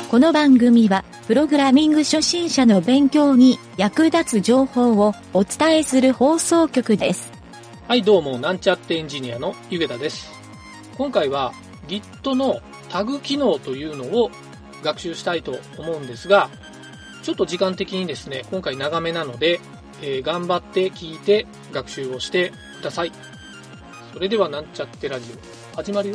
この番組は、プログラミング初心者の勉強に役立つ情報をお伝えする放送局です。 はい、どうも、なんちゃってエンジニアのゆげたです。今回は Git のタグ機能というのを学習したいと思うんですが、ちょっと時間的にですね、今回長めなので、頑張って聞いて学習をしてください。それではなんちゃってラジオ始まるよ。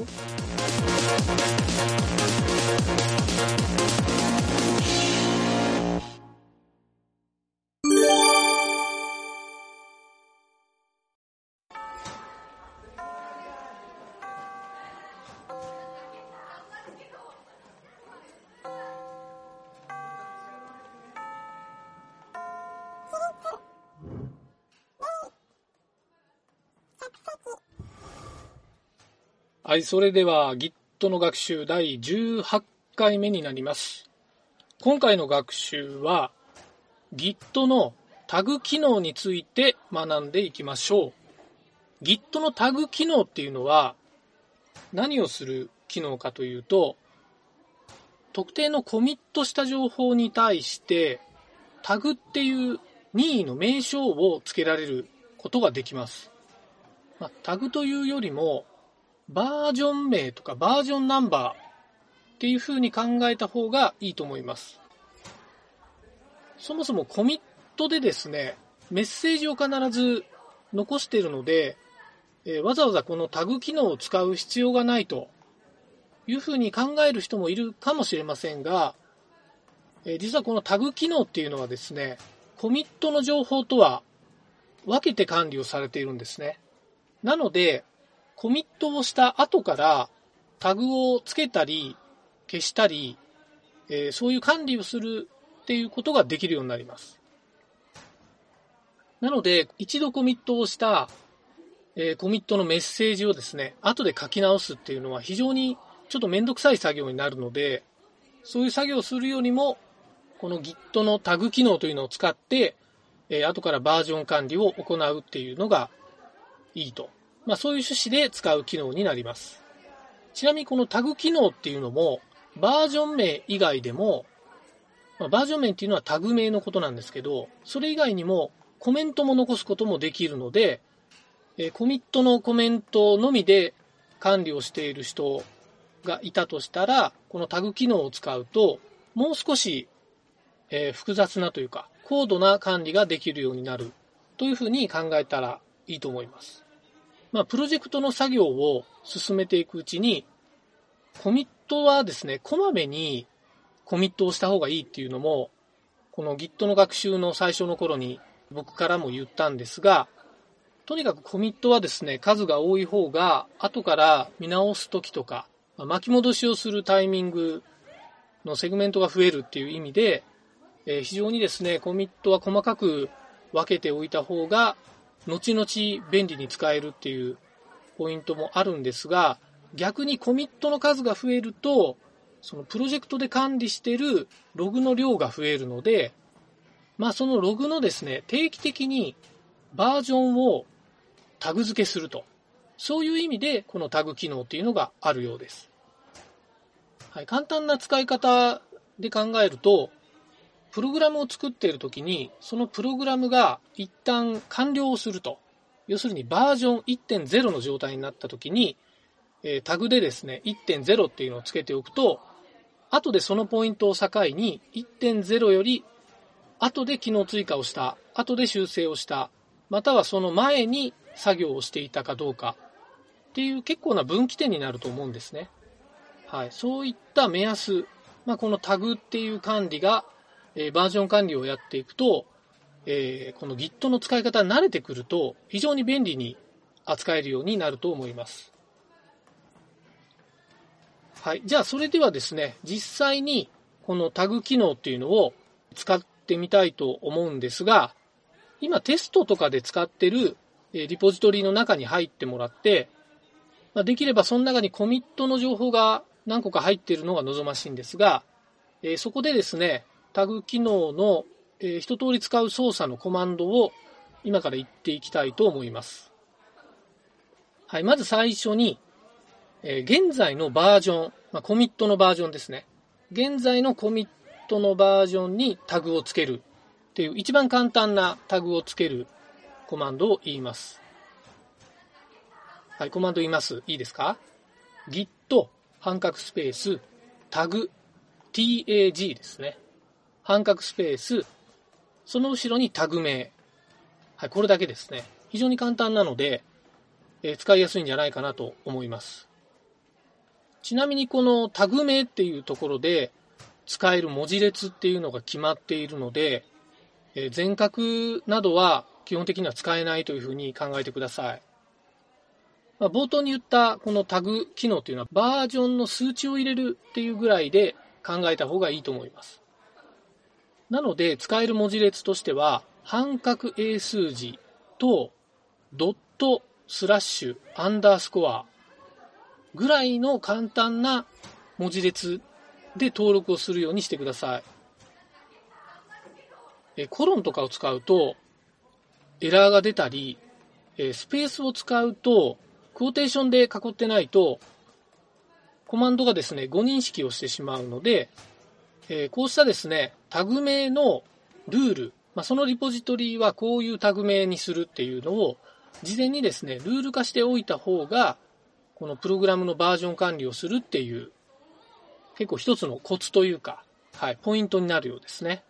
はい、それでは Git の学習第18回目になります。今回の学習は Git のタグ機能について学んでいきましょう。Git のタグ機能っていうのは何をする機能かというと、特定のコミットした情報に対してタグっていう任意の名称を付けられることができます。タグというよりもバージョン名とかバージョンナンバーっていう風に考えた方がいいと思います。そもそもコミットでですね、メッセージを必ず残しているので、わざわざこのタグ機能を使う必要がないという風に考える人もいるかもしれませんが、実はこのタグ機能っていうのはですね、コミットの情報とは分けて管理をされているんですね。なので、コミットをした後からタグをつけたり消したり、そういう管理をするっていうことができるようになります。なので、一度コミットをした、コミットのメッセージをですね、後で書き直すっていうのは非常にちょっとめんどくさい作業になるので、そういう作業をするよりも、この Git のタグ機能というのを使って、後からバージョン管理を行うっていうのがいいと。そういう趣旨で使う機能になります。ちなみにこのタグ機能っていうのも、バージョン名以外でも、バージョン名っていうのはタグ名のことなんですけど、それ以外にもコメントも残すこともできるので、コミットのコメントのみで管理をしている人がいたとしたら、このタグ機能を使うと、もう少し、複雑なというか、高度な管理ができるようになるというふうに考えたらいいと思います。プロジェクトの作業を進めていくうちに、コミットはですね、こまめにコミットをした方がいいっていうのも、この Git の学習の最初の頃に僕からも言ったんですが、とにかくコミットはですね、数が多い方が、後から見直すときとか、巻き戻しをするタイミングのセグメントが増えるっていう意味で、非常にですね、コミットは細かく分けておいた方が、後々便利に使えるっていうポイントもあるんですが、逆にコミットの数が増えると、そのプロジェクトで管理しているログの量が増えるので、そのログのですね、定期的にバージョンをタグ付けすると。そういう意味でこのタグ機能っていうのがあるようです。はい、簡単な使い方で考えると、プログラムを作っているときに、そのプログラムが一旦完了をすると。要するにバージョン 1.0 の状態になったときに、タグでですね、1.0 っていうのをつけておくと、後でそのポイントを境に 1.0 より後で機能追加をした、後で修正をした、またはその前に作業をしていたかどうかっていう結構な分岐点になると思うんですね。はい、そういった目安、このタグっていう管理がバージョン管理をやっていくと、この Git の使い方に慣れてくると非常に便利に扱えるようになると思います。はい、じゃあそれではですね、実際にこのタグ機能っていうのを使ってみたいと思うんですが、今テストとかで使ってるリポジトリの中に入ってもらって、できればその中にコミットの情報が何個か入っているのが望ましいんですが、そこでですね、タグ機能の一通り使う操作のコマンドを今から言っていきたいと思います。はい、まず最初に、現在のバージョン、コミットのバージョンですね。 現在のコミットのバージョンにタグをつけるっていう一番簡単なタグをつけるコマンドを言います。はい、コマンド言います。いいですか？ git 半角スペースタグ tag ですね。半角スペースその後ろにタグ名。はい、これだけですね。非常に簡単なので、使いやすいんじゃないかなと思います。ちなみにこのタグ名っていうところで使える文字列っていうのが決まっているので、全角などは基本的には使えないというふうに考えてください。冒頭に言ったこのタグ機能というのはバージョンの数値を入れるっていうぐらいで考えた方がいいと思います。なので使える文字列としては半角英数字とドットスラッシュアンダースコアぐらいの簡単な文字列で登録をするようにしてください。コロンとかを使うとエラーが出たり、スペースを使うとクォーテーションで囲ってないとコマンドがですね誤認識をしてしまうので、こうしたですねタグ名のルール、そのリポジトリはこういうタグ名にするっていうのを事前にですねルール化しておいた方がこのプログラムのバージョン管理をするっていう結構一つのコツというか、はい、ポイントになるようですね。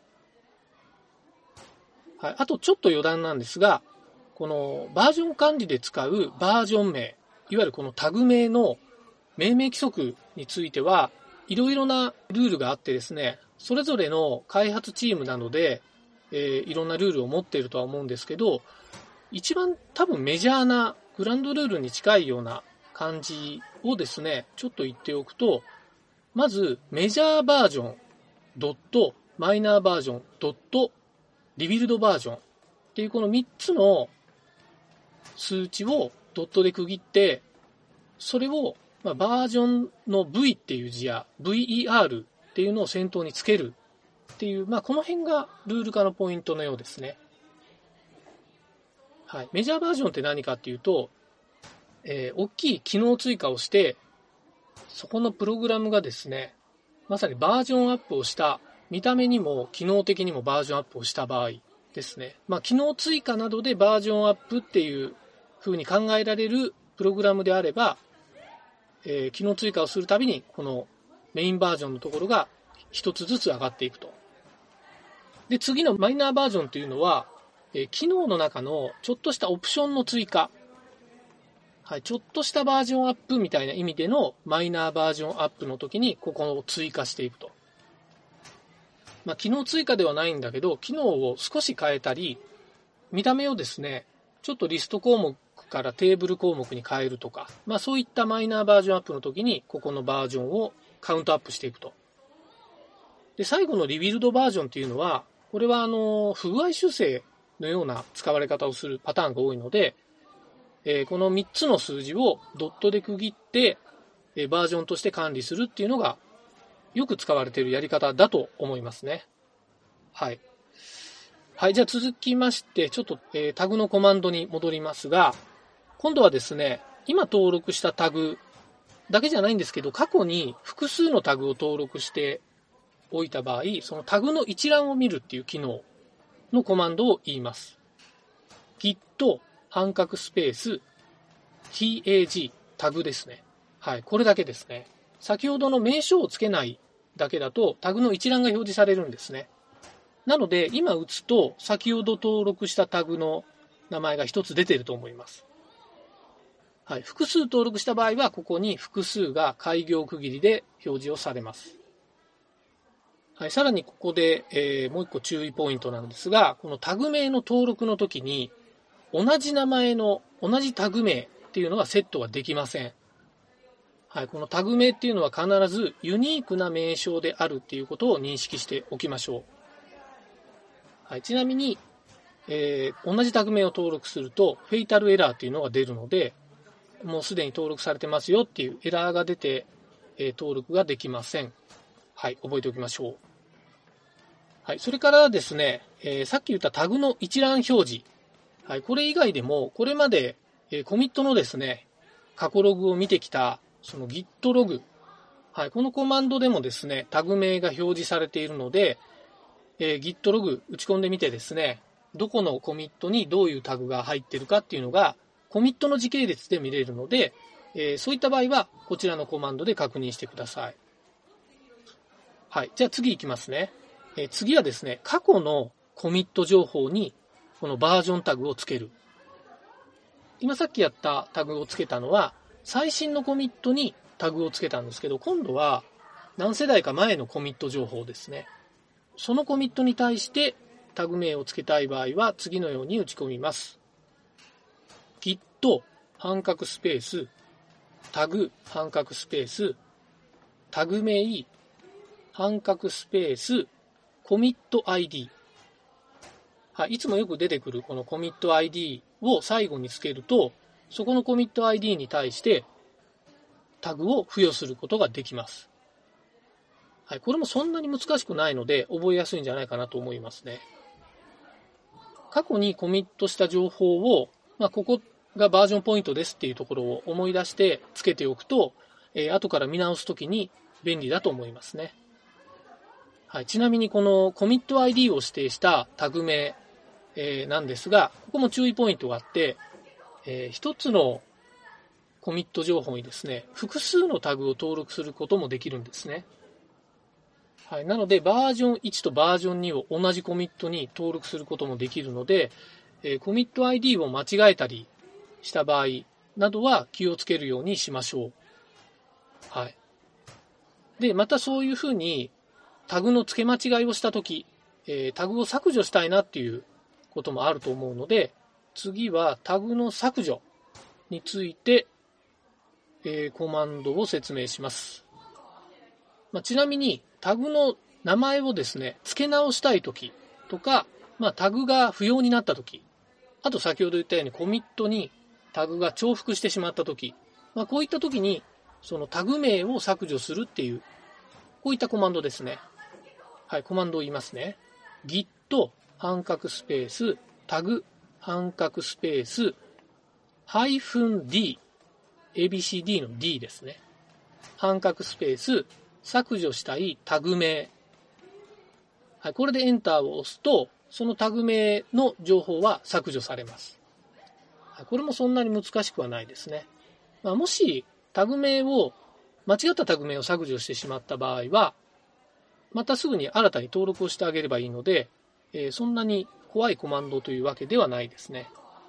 はい、あとちょっと余談なんですが、このバージョン管理で使うバージョン名、いわゆるこのタグ名の命名規則についてはいろいろなルールがあってですね、それぞれの開発チームなので、いろんなルールを持っているとは思うんですけど、一番多分メジャーなグランドルールに近いような感じをですね、ちょっと言っておくと、まずメジャーバージョン、ドット、マイナーバージョン、ドット、リビルドバージョンっていうこの3つの数値をドットで区切って、それをバージョンの V っていう字や VER っていうのを先頭につけるっていう、この辺がルール化のポイントのようですね。はい、メジャーバージョンって何かっていうと、大きい機能追加をして、そこのプログラムがですね、まさにバージョンアップをした、見た目にも機能的にもバージョンアップをした場合ですね、機能追加などでバージョンアップっていう風に考えられるプログラムであれば、機能追加をするたびにこのメインバージョンのところが一つずつ上がっていくと。で、次のマイナーバージョンというのは、機能の中のちょっとしたオプションの追加、はい、ちょっとしたバージョンアップみたいな意味でのマイナーバージョンアップの時にここを追加していくと。機能追加ではないんだけど、機能を少し変えたり、見た目をですね、ちょっとリスト項目からテーブル項目に変えるとか、そういったマイナーバージョンアップの時にここのバージョンをカウントアップしていくと。で、最後のリビルドバージョンっていうのは、これは不具合修正のような使われ方をするパターンが多いので、この3つの数字をドットで区切って、バージョンとして管理するっていうのがよく使われているやり方だと思いますね。はい。はい、じゃあ続きまして、ちょっと、タグのコマンドに戻りますが、今度はですね、今登録したタグだけじゃないんですけど、過去に複数のタグを登録しておいた場合、そのタグの一覧を見るっていう機能のコマンドを言います。git 半角スペース tag タグですね。はい、これだけですね。先ほどの名称をつけないだけだとタグの一覧が表示されるんですね。なので今打つと先ほど登録したタグの名前が一つ出ていると思います。はい、複数登録した場合はここに複数が開業区切りで表示をされます。はい、さらにここで、もう一個注意ポイントなんですが、このタグ名の登録の時に同じ名前の同じタグ名っていうのはセットはできません。はい、このタグ名っていうのは必ずユニークな名称であるっていうことを認識しておきましょう。はい、ちなみに、同じタグ名を登録するとフェイタルエラーっていうのが出るので、もうすでに登録されてますよっていうエラーが出て、登録ができません。はい、覚えておきましょう。はい、それからですね、さっき言ったタグの一覧表示。はい、これ以外でも、これまで、コミットのですね、過去ログを見てきた、その Git ログ。 はい、このコマンドでもですね、タグ名が表示されているので、Git ログ打ち込んでみてですね、どこのコミットにどういうタグが入っているかっていうのが、コミットの時系列で見れるので、そういった場合は、こちらのコマンドで確認してください。はい。じゃあ次いきますね。次はですね、過去のコミット情報に、このバージョンタグをつける。今さっきやったタグをつけたのは、最新のコミットにタグをつけたんですけど、今度は何世代か前のコミット情報ですね。そのコミットに対してタグ名をつけたい場合は、次のように打ち込みます。Git 半角スペースタグ半角スペースタグ名半角スペースコミット ID。はい、いつもよく出てくるこのコミット ID を最後につけると、そこのコミット ID に対してタグを付与することができます。はい、これもそんなに難しくないので覚えやすいんじゃないかなと思いますね。過去にコミットした情報を、ここがバージョンポイントですっていうところを思い出してつけておくと、後から見直すときに便利だと思いますね。はい、ちなみにこのコミット ID を指定したタグ名、なんですが、ここも注意ポイントがあって、一つのコミット情報にですね、複数のタグを登録することもできるんですね。はい、なので、バージョン1とバージョン2を同じコミットに登録することもできるので、コミット ID を間違えたりした場合などは気をつけるようにしましょう。はい。で、またそういうふうにタグの付け間違いをしたとき、タグを削除したいなっていうこともあると思うので、次はタグの削除について、コマンドを説明します。ちなみにタグの名前をですね、付け直したいときとか、タグが不要になったとき、あと先ほど言ったようにコミットにタグが重複してしまったとき、こういったときにそのタグ名を削除するっていう、こういったコマンドですね。はい、コマンドを言いますね。Git 半角スペースタグ半角スペース-d ABCD の D ですね。半角スペース削除したいタグ名。はい、これでエンターを押すと、そのタグ名の情報は削除されます。はい、これもそんなに難しくはないですね。もしタグ名を、間違ったタグ名を削除してしまった場合は、またすぐに新たに登録をしてあげればいいので、そんなに怖いコマンドというわけではないですね。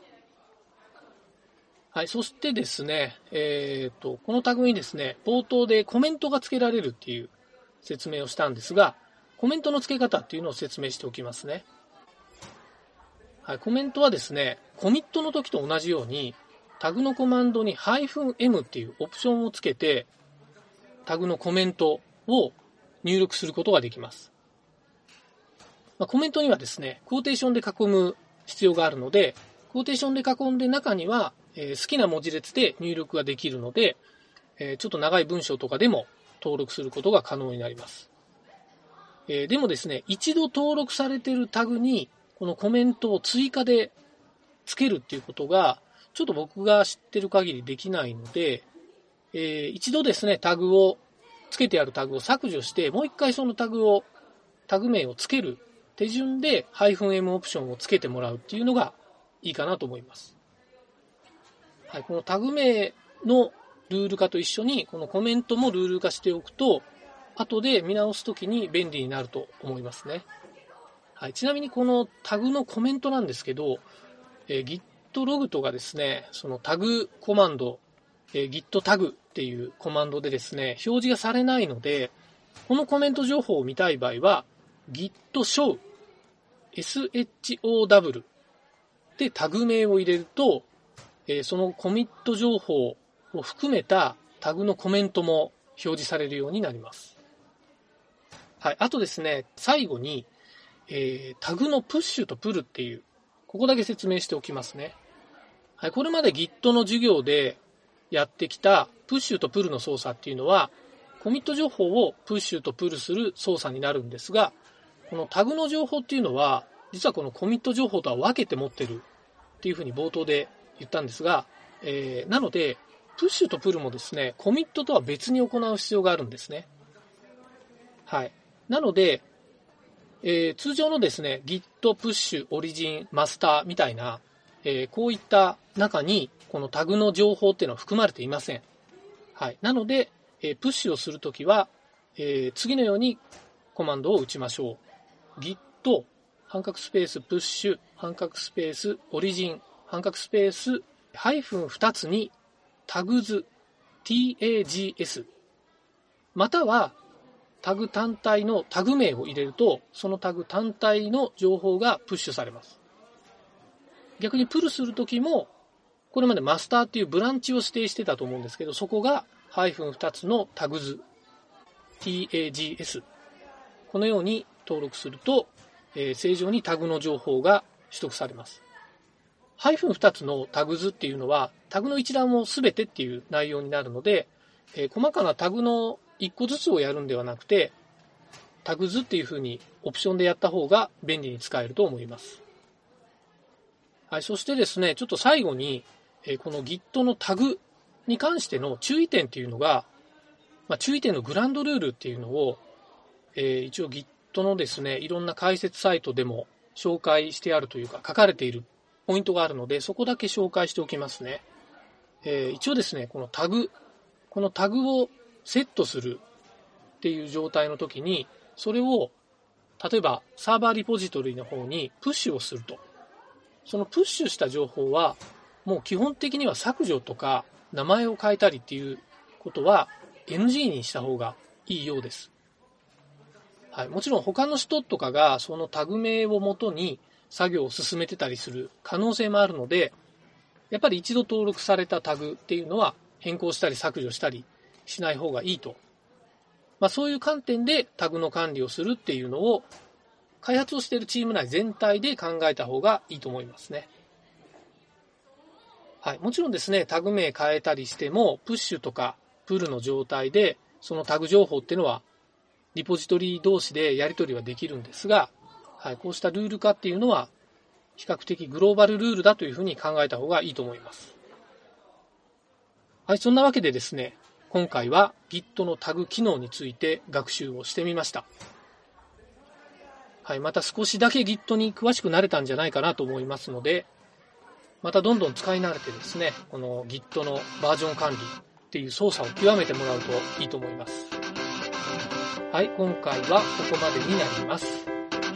はい、そしてですね、このタグにですね、冒頭でコメントが付けられるっていう説明をしたんですが、コメントの付け方っていうのを説明しておきますね。はい、コメントはですね、コミットの時と同じように、タグのコマンドに-m っていうオプションをつけて、タグのコメントを入力することができます。コメントにはですね、クォーテーションで囲む必要があるので、クォーテーションで囲んで中には、好きな文字列で入力ができるので、ちょっと長い文章とかでも登録することが可能になります。でもですね、一度登録されているタグにこのコメントを追加でつけるっていうことがちょっと僕が知ってる限りできないので、一度ですね、つけてあるタグを削除して、もう一回そのタグ名をつける手順で-m オプションをつけてもらうっていうのがいいかなと思います。はい、このタグ名のルール化と一緒にこのコメントもルール化しておくと、後で見直すときに便利になると思いますね。はい、ちなみにこのタグのコメントなんですけど、Git ログとかですね、そのタグコマンド、Git タグっていうコマンドでですね、表示がされないので、このコメント情報を見たい場合は、Git show、SHOW でタグ名を入れると、そのコミット情報を含めたタグのコメントも表示されるようになります。はい、あとですね、最後に、タグのプッシュとプルっていう、ここだけ説明しておきますね。はい、これまで Git の授業でやってきたプッシュとプルの操作っていうのは、コミット情報をプッシュとプルする操作になるんですが、このタグの情報っていうのは、実はこのコミット情報とは分けて持ってるっていうふうに冒頭で言ったんですが、なので、 プッシュとプルもですね、コミットとは別に行う必要があるんですね。はい。なので、通常のですね、Git、プッシュ、オリジン、マスターみたいな、こういった中に、このタグの情報っていうのは含まれていません。はい。なので、プッシュをするときは、次のようにコマンドを打ちましょう。Git、半角スペース、プッシュ、半角スペース、オリジン、半角スペース、ハイフン2つに、タグズ、tags、または、タグ単体のタグ名を入れると、そのタグ単体の情報がプッシュされます。逆にプルするときも、これまでマスターっていうブランチを指定してたと思うんですけど、そこがハイフン2つのタグズ、tags、このように登録すると、正常にタグの情報が取得されます。ハイフン2つのタグズっていうのは、タグの一覧をすべてっていう内容になるので、細かなタグの1個ずつをやるんではなくて、タグズっていう風にオプションでやった方が便利に使えると思います。はい、そしてですね、ちょっと最後に、この Git のタグに関しての注意点っていうのが、注意点のグランドルールっていうのを、一応 Git のですね、いろんな解説サイトでも紹介してあるというか、書かれているポイントがあるので、そこだけ紹介しておきますね。一応ですね、このタグをセットするっていう状態の時に、それを例えばサーバーリポジトリの方にプッシュをすると、そのプッシュした情報はもう基本的には削除とか名前を変えたりっていうことは NG にした方がいいようです。はい、もちろん他の人とかがそのタグ名をもとに作業を進めてたりする可能性もあるので、やっぱり一度登録されたタグっていうのは変更したり削除したりしない方がいいと。そういう観点でタグの管理をするっていうのを開発をしているチーム内全体で考えた方がいいと思いますね。はい、もちろんですね、タグ名変えたりしても、プッシュとかプルの状態でそのタグ情報っていうのはリポジトリ同士でやり取りはできるんですが、はい、こうしたルール化っていうのは比較的グローバルルールだというふうに考えた方がいいと思います。はい、そんなわけでですね、今回は Git のタグ機能について学習をしてみました。はい、また少しだけ Git に詳しくなれたんじゃないかなと思いますので、またどんどん使い慣れてですね、この Git のバージョン管理っていう操作を極めてもらうといいと思います。はい、今回はここまでになります。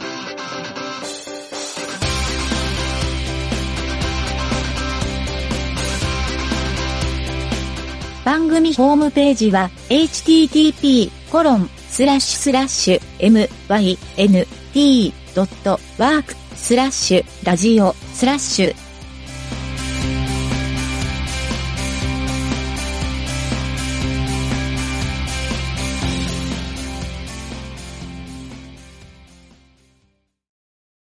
番組ホームページは http://myn.t.work/radio/